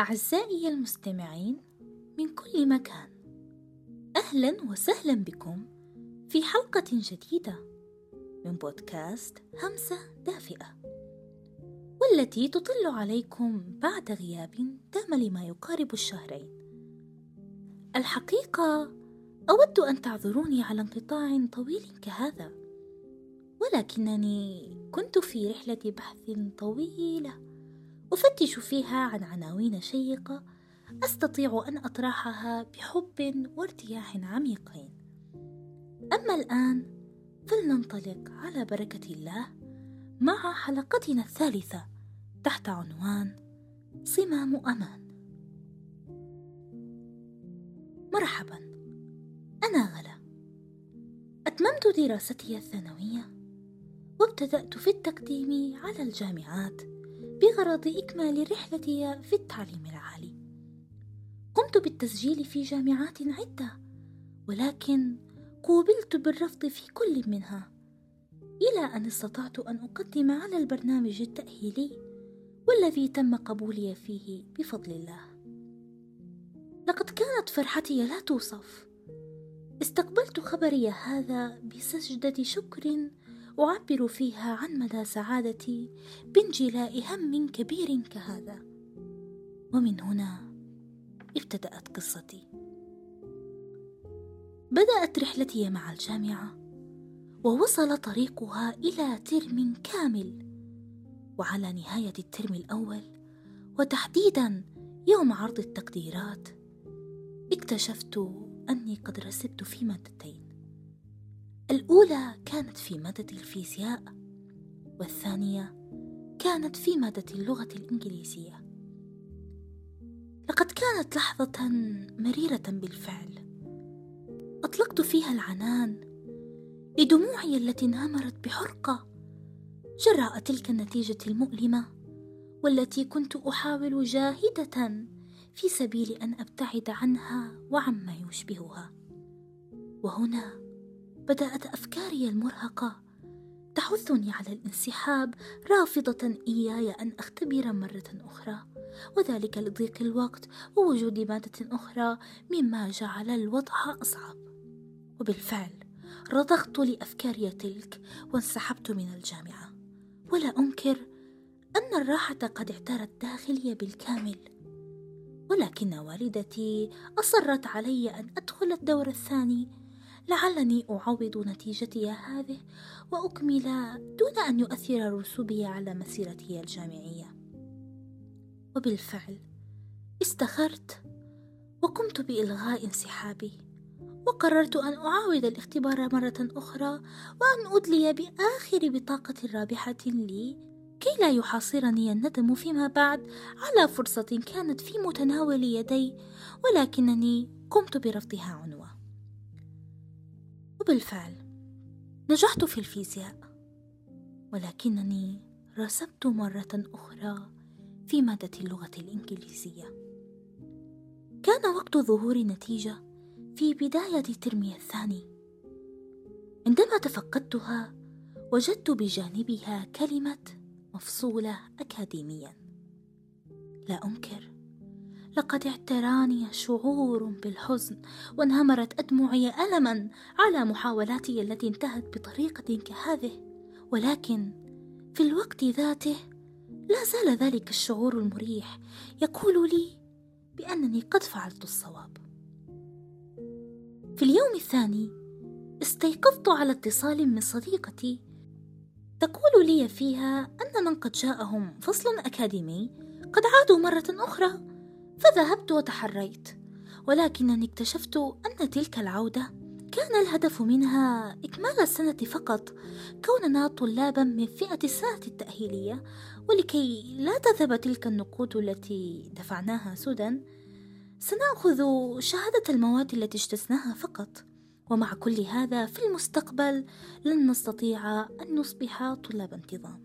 أعزائي المستمعين من كل مكان، أهلا وسهلا بكم في حلقة جديدة من بودكاست همسة دافئة، والتي تطل عليكم بعد غياب دام لما يقارب الشهرين. الحقيقة أود أن تعذروني على انقطاع طويل كهذا، ولكنني كنت في رحلة بحث طويلة أفتش فيها عن عناوين شيقة أستطيع أن أطرحها بحب وارتياح عميقين. أما الآن فلننطلق على بركة الله مع حلقتنا الثالثة تحت عنوان صمام أمان. مرحبا، أنا غلا، أتممت دراستي الثانوية وابتدأت في التقديم على الجامعات بغرض إكمال رحلتي في التعليم العالي. قمت بالتسجيل في جامعات عدة، ولكن قوبلت بالرفض في كل منها، إلى أن استطعت أن أقدم على البرنامج التأهيلي والذي تم قبولي فيه بفضل الله. لقد كانت فرحتي لا توصف. استقبلت خبري هذا بسجدة شكر أعبر فيها عن مدى سعادتي بانجلاء هم كبير كهذا. ومن هنا ابتدأت قصتي. بدأت رحلتي مع الجامعة، ووصل طريقها إلى ترم كامل. وعلى نهاية الترم الأول، وتحديدا يوم عرض التقديرات، اكتشفت أني قد رسبت في مادتين. الأولى كانت في مادة الفيزياء، والثانية كانت في مادة اللغة الإنجليزية. لقد كانت لحظة مريرة بالفعل، أطلقت فيها العنان لدموعي التي انهمرت بحرقة جراء تلك النتيجة المؤلمة، والتي كنت أحاول جاهدة في سبيل أن أبتعد عنها وعما يشبهها. وهنا بدأت أفكاري المرهقة تحثني على الانسحاب، رافضة إياي أن أختبر مرة أخرى، وذلك لضيق الوقت ووجود مادة أخرى، مما جعل الوضع أصعب. وبالفعل رضخت لأفكاري تلك وانسحبت من الجامعة. ولا أنكر أن الراحة قد اعترت داخلي بالكامل، ولكن والدتي أصرت علي أن أدخل الدور الثاني لعلني أعوض نتيجتي هذه وأكمل دون أن يؤثر رسوبي على مسيرتي الجامعية. وبالفعل استخرت وقمت بإلغاء انسحابي، وقررت أن أعاود الاختبار مرة أخرى وأن أدلي بآخر بطاقة رابحة لي كي لا يحاصرني الندم فيما بعد على فرصة كانت في متناول يدي، ولكنني قمت برفضها عنوة. وبالفعل نجحت في الفيزياء، ولكنني رسبت مرة أخرى في مادة اللغة الإنجليزية. كان وقت ظهور النتيجة في بداية ترمي الثاني. عندما تفقدتها وجدت بجانبها كلمة مفصولة أكاديميا. لا أنكر، لقد اعتراني شعور بالحزن وانهمرت أدمعي ألما على محاولاتي التي انتهت بطريقة كهذه، ولكن في الوقت ذاته لا زال ذلك الشعور المريح يقول لي بأنني قد فعلت الصواب. في اليوم الثاني استيقظت على اتصال من صديقتي تقول لي فيها أن من قد جاءهم فصل أكاديمي قد عادوا مرة أخرى، فذهبت وتحريت، ولكنني اكتشفت أن تلك العودة كان الهدف منها إكمال السنة فقط، كوننا طلابا من فئة السنة التأهيلية، ولكي لا تذهب تلك النقود التي دفعناها سدى سنأخذ شهادة المواد التي اجتزناها فقط. ومع كل هذا في المستقبل لن نستطيع أن نصبح طلاب انتظام.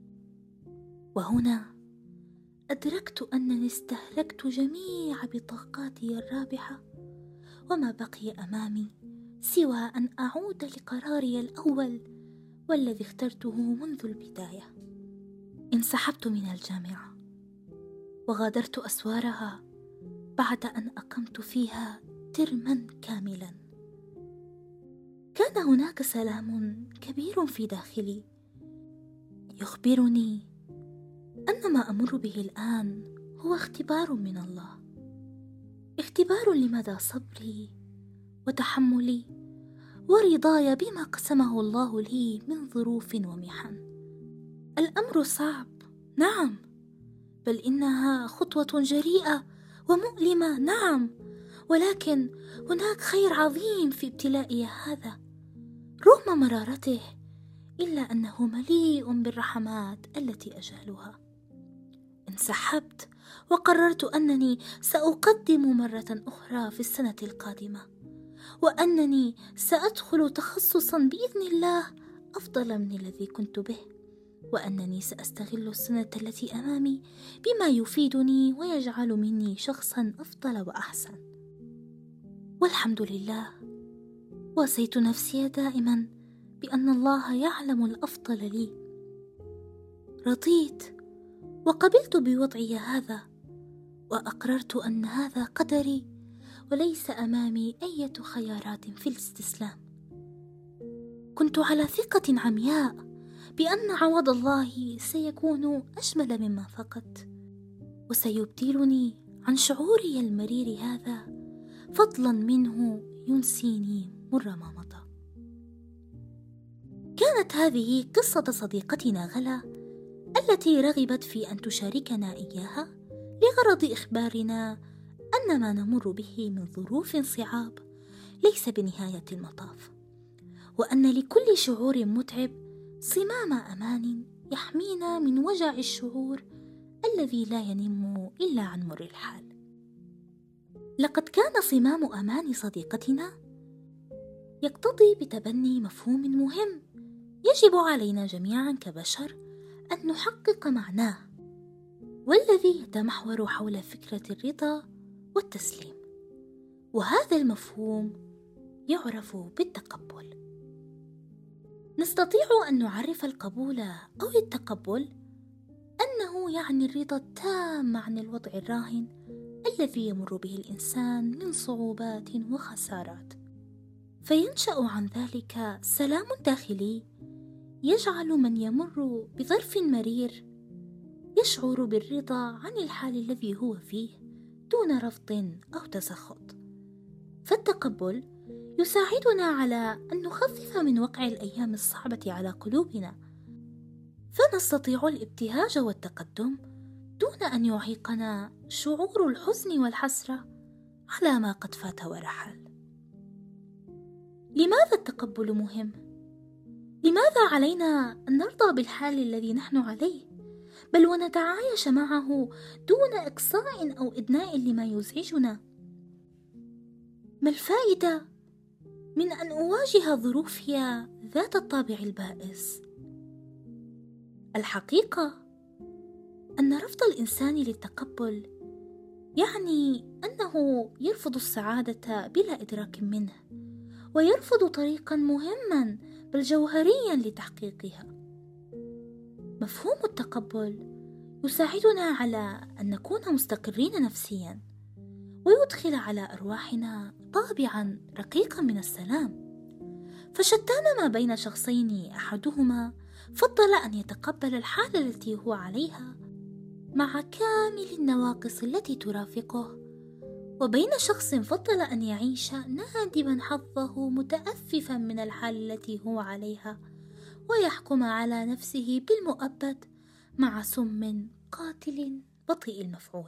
وهنا أدركت أنني استهلكت جميع بطاقاتي الرابحة، وما بقي أمامي سوى أن أعود لقراري الأول والذي اخترته منذ البداية. انسحبت من الجامعة، وغادرت أسوارها بعد أن أقمت فيها ترما كاملا. كان هناك سلام كبير في داخلي يخبرني أن ما أمر به الآن هو اختبار من الله، اختبار لمدى صبري وتحملي ورضاي بما قسمه الله لي من ظروف ومحن. الأمر صعب، نعم، بل إنها خطوة جريئة ومؤلمة، نعم، ولكن هناك خير عظيم في ابتلائي هذا رغم مرارته، إلا أنه مليء بالرحمات التي أجهلها. انسحبت وقررت أنني سأقدم مرة أخرى في السنة القادمة، وأنني سأدخل تخصصا بإذن الله أفضل من الذي كنت به، وأنني سأستغل السنة التي أمامي بما يفيدني ويجعل مني شخصا أفضل وأحسن. والحمد لله، واسيت نفسي دائما بأن الله يعلم الأفضل لي. رضيت وقبلت بوضعي هذا، وأقررت أن هذا قدري وليس أمامي أي خيارات في الاستسلام. كنت على ثقة عمياء بأن عوض الله سيكون أجمل مما فقدت، وسيبدلني عن شعوري المرير هذا فضلا منه ينسيني مر ما مضى. كانت هذه قصة صديقتنا غلا التي رغبت في أن تشاركنا إياها لغرض إخبارنا أن ما نمر به من ظروف صعاب ليس بنهاية المطاف، وأن لكل شعور متعب صمام أمان يحمينا من وجع الشعور الذي لا ينم إلا عن مر الحال. لقد كان صمام أمان صديقتنا يقتضي بتبني مفهوم مهم يجب علينا جميعا كبشر أن نحقق معناه، والذي يتمحور حول فكرة الرضا والتسليم، وهذا المفهوم يعرف بالتقبل. نستطيع أن نعرف القبول أو التقبل أنه يعني الرضا التام عن الوضع الراهن الذي يمر به الإنسان من صعوبات وخسارات، فينشأ عن ذلك سلام داخلي يجعل من يمر بظرف مرير يشعر بالرضا عن الحال الذي هو فيه دون رفض أو تسخط. فالتقبل يساعدنا على أن نخفف من وقع الأيام الصعبة على قلوبنا، فنستطيع الابتهاج والتقدم دون أن يعيقنا شعور الحزن والحسرة على ما قد فات ورحل. لماذا التقبل مهم؟ لماذا علينا أن نرضى بالحال الذي نحن عليه، بل ونتعايش معه دون إقصاء أو إدناء لما يزعجنا؟ ما الفائدة من أن أواجه ظروفي ذات الطابع البائس؟ الحقيقة أن رفض الإنسان للتقبل يعني أنه يرفض السعادة بلا إدراك منه، ويرفض طريقا مهما بل جوهريا لتحقيقها. مفهوم التقبل يساعدنا على أن نكون مستقرين نفسيا، ويدخل على أرواحنا طابعا رقيقا من السلام. فشتان ما بين شخصين أحدهما فضل أن يتقبل الحالة التي هو عليها مع كامل النواقص التي ترافقه، وبين شخص فضل أن يعيش نادبا حظه متأففا من الحال التي هو عليها، ويحكم على نفسه بالمؤبد مع سم قاتل بطيء المفعول.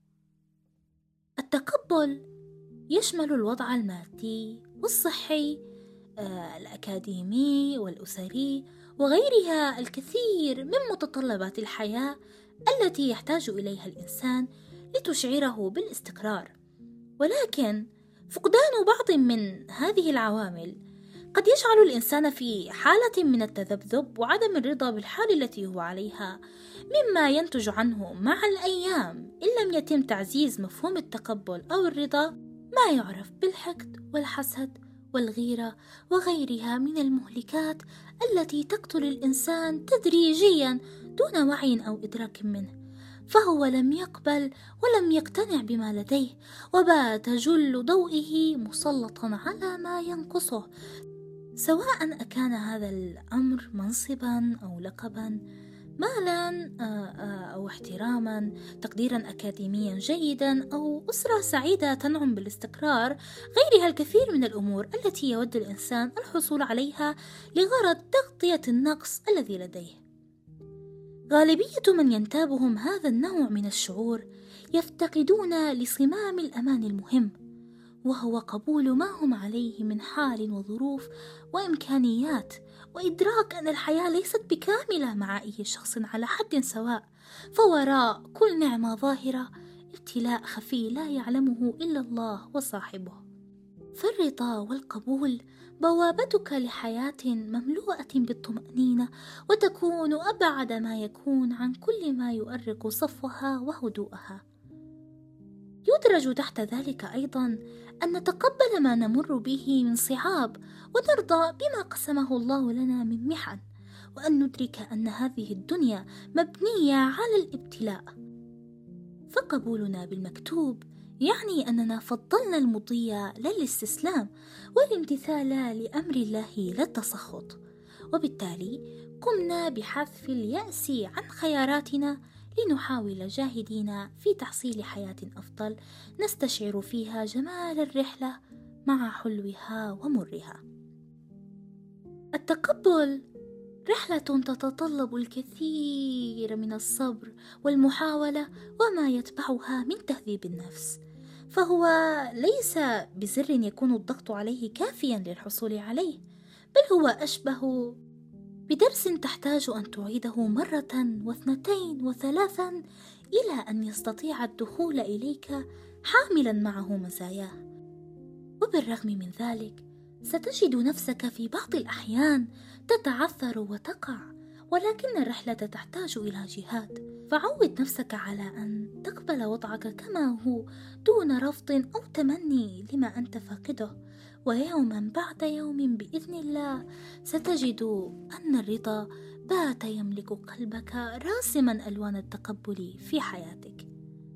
التقبل يشمل الوضع المادي والصحي، الأكاديمي والأسري وغيرها الكثير من متطلبات الحياة التي يحتاج إليها الإنسان لتشعره بالاستقرار. ولكن فقدان بعض من هذه العوامل قد يجعل الإنسان في حالة من التذبذب وعدم الرضا بالحال التي هو عليها، مما ينتج عنه مع الأيام إن لم يتم تعزيز مفهوم التقبل أو الرضا ما يعرف بالحقد والحسد والغيرة وغيرها من المهلكات التي تقتل الإنسان تدريجيا دون وعي أو إدراك منه، فهو لم يقبل ولم يقتنع بما لديه، وبات جل ضوئه مسلطا على ما ينقصه، سواء أكان هذا الأمر منصبا أو لقبا، مالا أو احتراما، تقديرا أكاديميا جيدا، أو أسرة سعيدة تنعم بالاستقرار، غيرها الكثير من الأمور التي يود الإنسان الحصول عليها لغرض تغطية النقص الذي لديه. غالبية من ينتابهم هذا النوع من الشعور يفتقدون لصمام الأمان المهم، وهو قبول ما هم عليه من حال وظروف وإمكانيات، وإدراك أن الحياة ليست بكاملة مع أي شخص على حد سواء، فوراء كل نعمة ظاهرة ابتلاء خفي لا يعلمه إلا الله وصاحبه. فالرضا والقبول بوابتك لحياة مملوءة بالطمأنينة، وتكون أبعد ما يكون عن كل ما يؤرق صفوها وهدوءها. يدرج تحت ذلك أيضا أن نتقبل ما نمر به من صعاب، ونرضى بما قسمه الله لنا من محن، وأن ندرك أن هذه الدنيا مبنية على الابتلاء. فقبولنا بالمكتوب يعني أننا فضلنا المضي لا الاستسلام، والامتثال لأمر الله لا التسخط، وبالتالي قمنا بحذف اليأس عن خياراتنا لنحاول جاهدين في تحصيل حياة أفضل نستشعر فيها جمال الرحلة مع حلوها ومرها. التقبل رحلة تتطلب الكثير من الصبر والمحاولة وما يتبعها من تهذيب النفس، فهو ليس بزر يكون الضغط عليه كافيا للحصول عليه، بل هو أشبه بدرس تحتاج أن تعيده مرة واثنتين وثلاثا إلى أن يستطيع الدخول إليك حاملا معه مزاياه. وبالرغم من ذلك ستجد نفسك في بعض الأحيان تتعثر وتقع، ولكن الرحلة تحتاج إلى جهاد، فعود نفسك على أن تقبل وضعك كما هو دون رفض أو تمني لما أنت فاقده، ويوما بعد يوم بإذن الله ستجد أن الرضا بات يملك قلبك راسما ألوان التقبل في حياتك.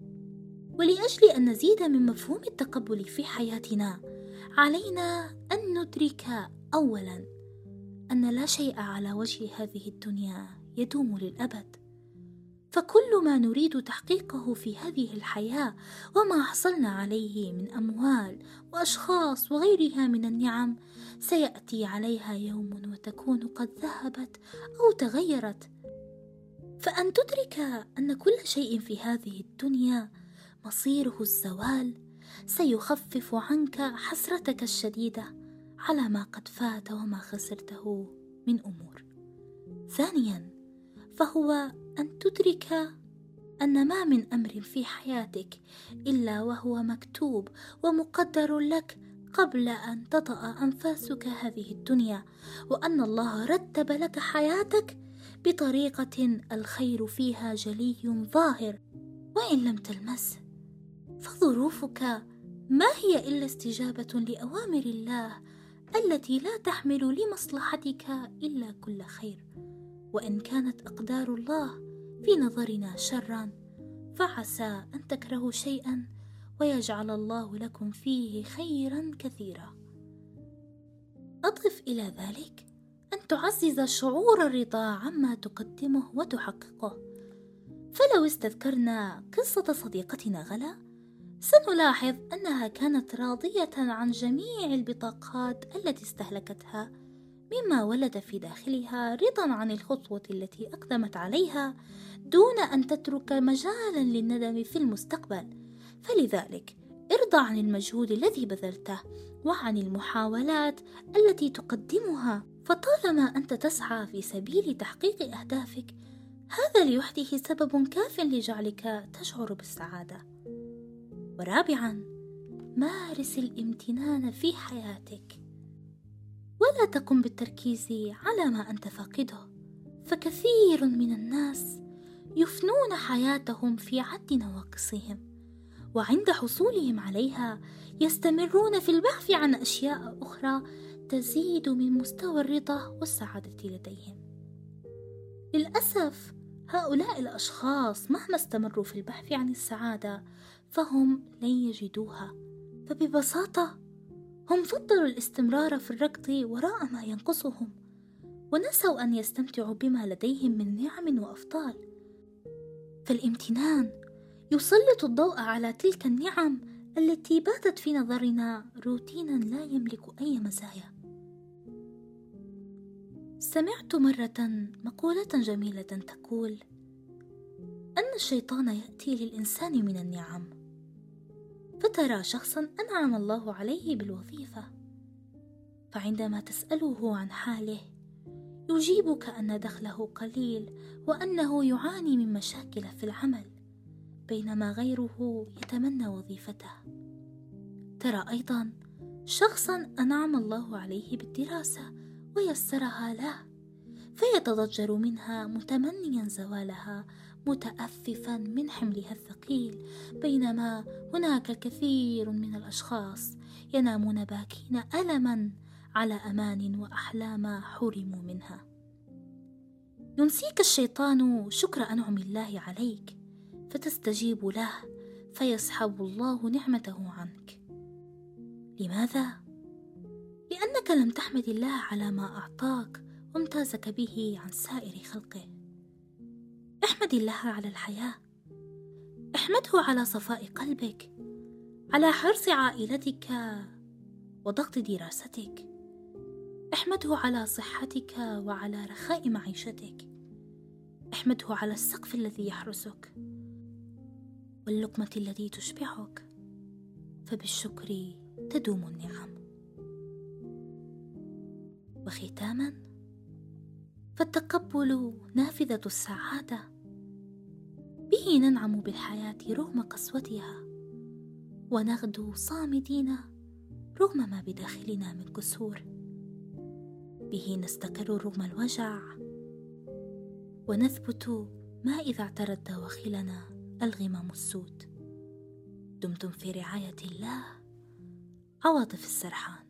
ولأجل أن نزيد من مفهوم التقبل في حياتنا علينا أن ندرك أولا أن لا شيء على وجه هذه الدنيا يدوم للأبد، فكل ما نريد تحقيقه في هذه الحياة وما حصلنا عليه من أموال وأشخاص وغيرها من النعم سيأتي عليها يوم وتكون قد ذهبت أو تغيرت. فأن تدرك أن كل شيء في هذه الدنيا مصيره الزوال سيخفف عنك حسرتك الشديدة على ما قد فات وما خسرته من أمور. ثانيا، فهو أن تدرك أن ما من أمر في حياتك إلا وهو مكتوب ومقدر لك قبل أن تطأ أنفاسك هذه الدنيا، وأن الله رتب لك حياتك بطريقة الخير فيها جلي ظاهر، وإن لم تلمس فظروفك ما هي إلا استجابة لأوامر الله التي لا تحمل لمصلحتك إلا كل خير. وإن كانت أقدار الله في نظرنا شرا فعسى أن تكرهوا شيئا ويجعل الله لكم فيه خيرا كثيرا. أضف إلى ذلك أن تعزز شعور الرضا عما تقدمه وتحققه. فلو استذكرنا قصة صديقتنا غلا سنلاحظ أنها كانت راضية عن جميع البطاقات التي استهلكتها، مما ولد في داخلها رضا عن الخطوة التي أقدمت عليها دون أن تترك مجالا للندم في المستقبل. فلذلك ارضى عن المجهود الذي بذلته وعن المحاولات التي تقدمها، فطالما أنت تسعى في سبيل تحقيق أهدافك هذا لوحده سبب كاف لجعلك تشعر بالسعادة. ورابعا، مارس الامتنان في حياتك، ولا تقم بالتركيز على ما أنت فاقده، فكثير من الناس يفنون حياتهم في عد نواقصهم، وعند حصولهم عليها يستمرون في البحث عن أشياء أخرى تزيد من مستوى الرضا والسعادة لديهم. للأسف هؤلاء الأشخاص مهما استمروا في البحث عن السعادة فهم لن يجدوها، فببساطة هم فضلوا الاستمرار في الركض وراء ما ينقصهم، ونسوا أن يستمتعوا بما لديهم من نعم وأفضال. فالامتنان يسلط الضوء على تلك النعم التي باتت في نظرنا روتينا لا يملك أي مزايا. سمعت مرة مقولة جميلة تقول أن الشيطان يأتي للإنسان من النعم، فترى شخصا أنعم الله عليه بالوظيفة، فعندما تسأله عن حاله يجيبك أن دخله قليل وأنه يعاني من مشاكل في العمل، بينما غيره يتمنى وظيفته. ترى أيضا شخصا أنعم الله عليه بالدراسة ويسرها له، فيتضجر منها متمنيا زوالها متأففا من حملها الثقيل، بينما هناك الكثير من الأشخاص ينامون باكين ألما على أمان وأحلام حرموا منها. ينسيك الشيطان شكر أنعم الله عليك فتستجيب له فيسحب الله نعمته عنك. لماذا؟ لأنك لم تحمد الله على ما أعطاك وامتازك به عن سائر خلقه. احمد الله على الحياة، احمده على صفاء قلبك، على حرص عائلتك وضغط دراستك، احمده على صحتك وعلى رخاء معيشتك، احمده على السقف الذي يحرسك واللقمة التي تشبعك، فبالشكر تدوم النعم. وختاما، فالتقبل نافذة السعادة، به ننعم بالحياة رغم قسوتها، ونغدو صامدين رغم ما بداخلنا من كسور، به نستقر رغم الوجع، ونثبت ما إذا اعترض دواخلنا الغمام السود. دمتم في رعاية الله. عواطف السرحان.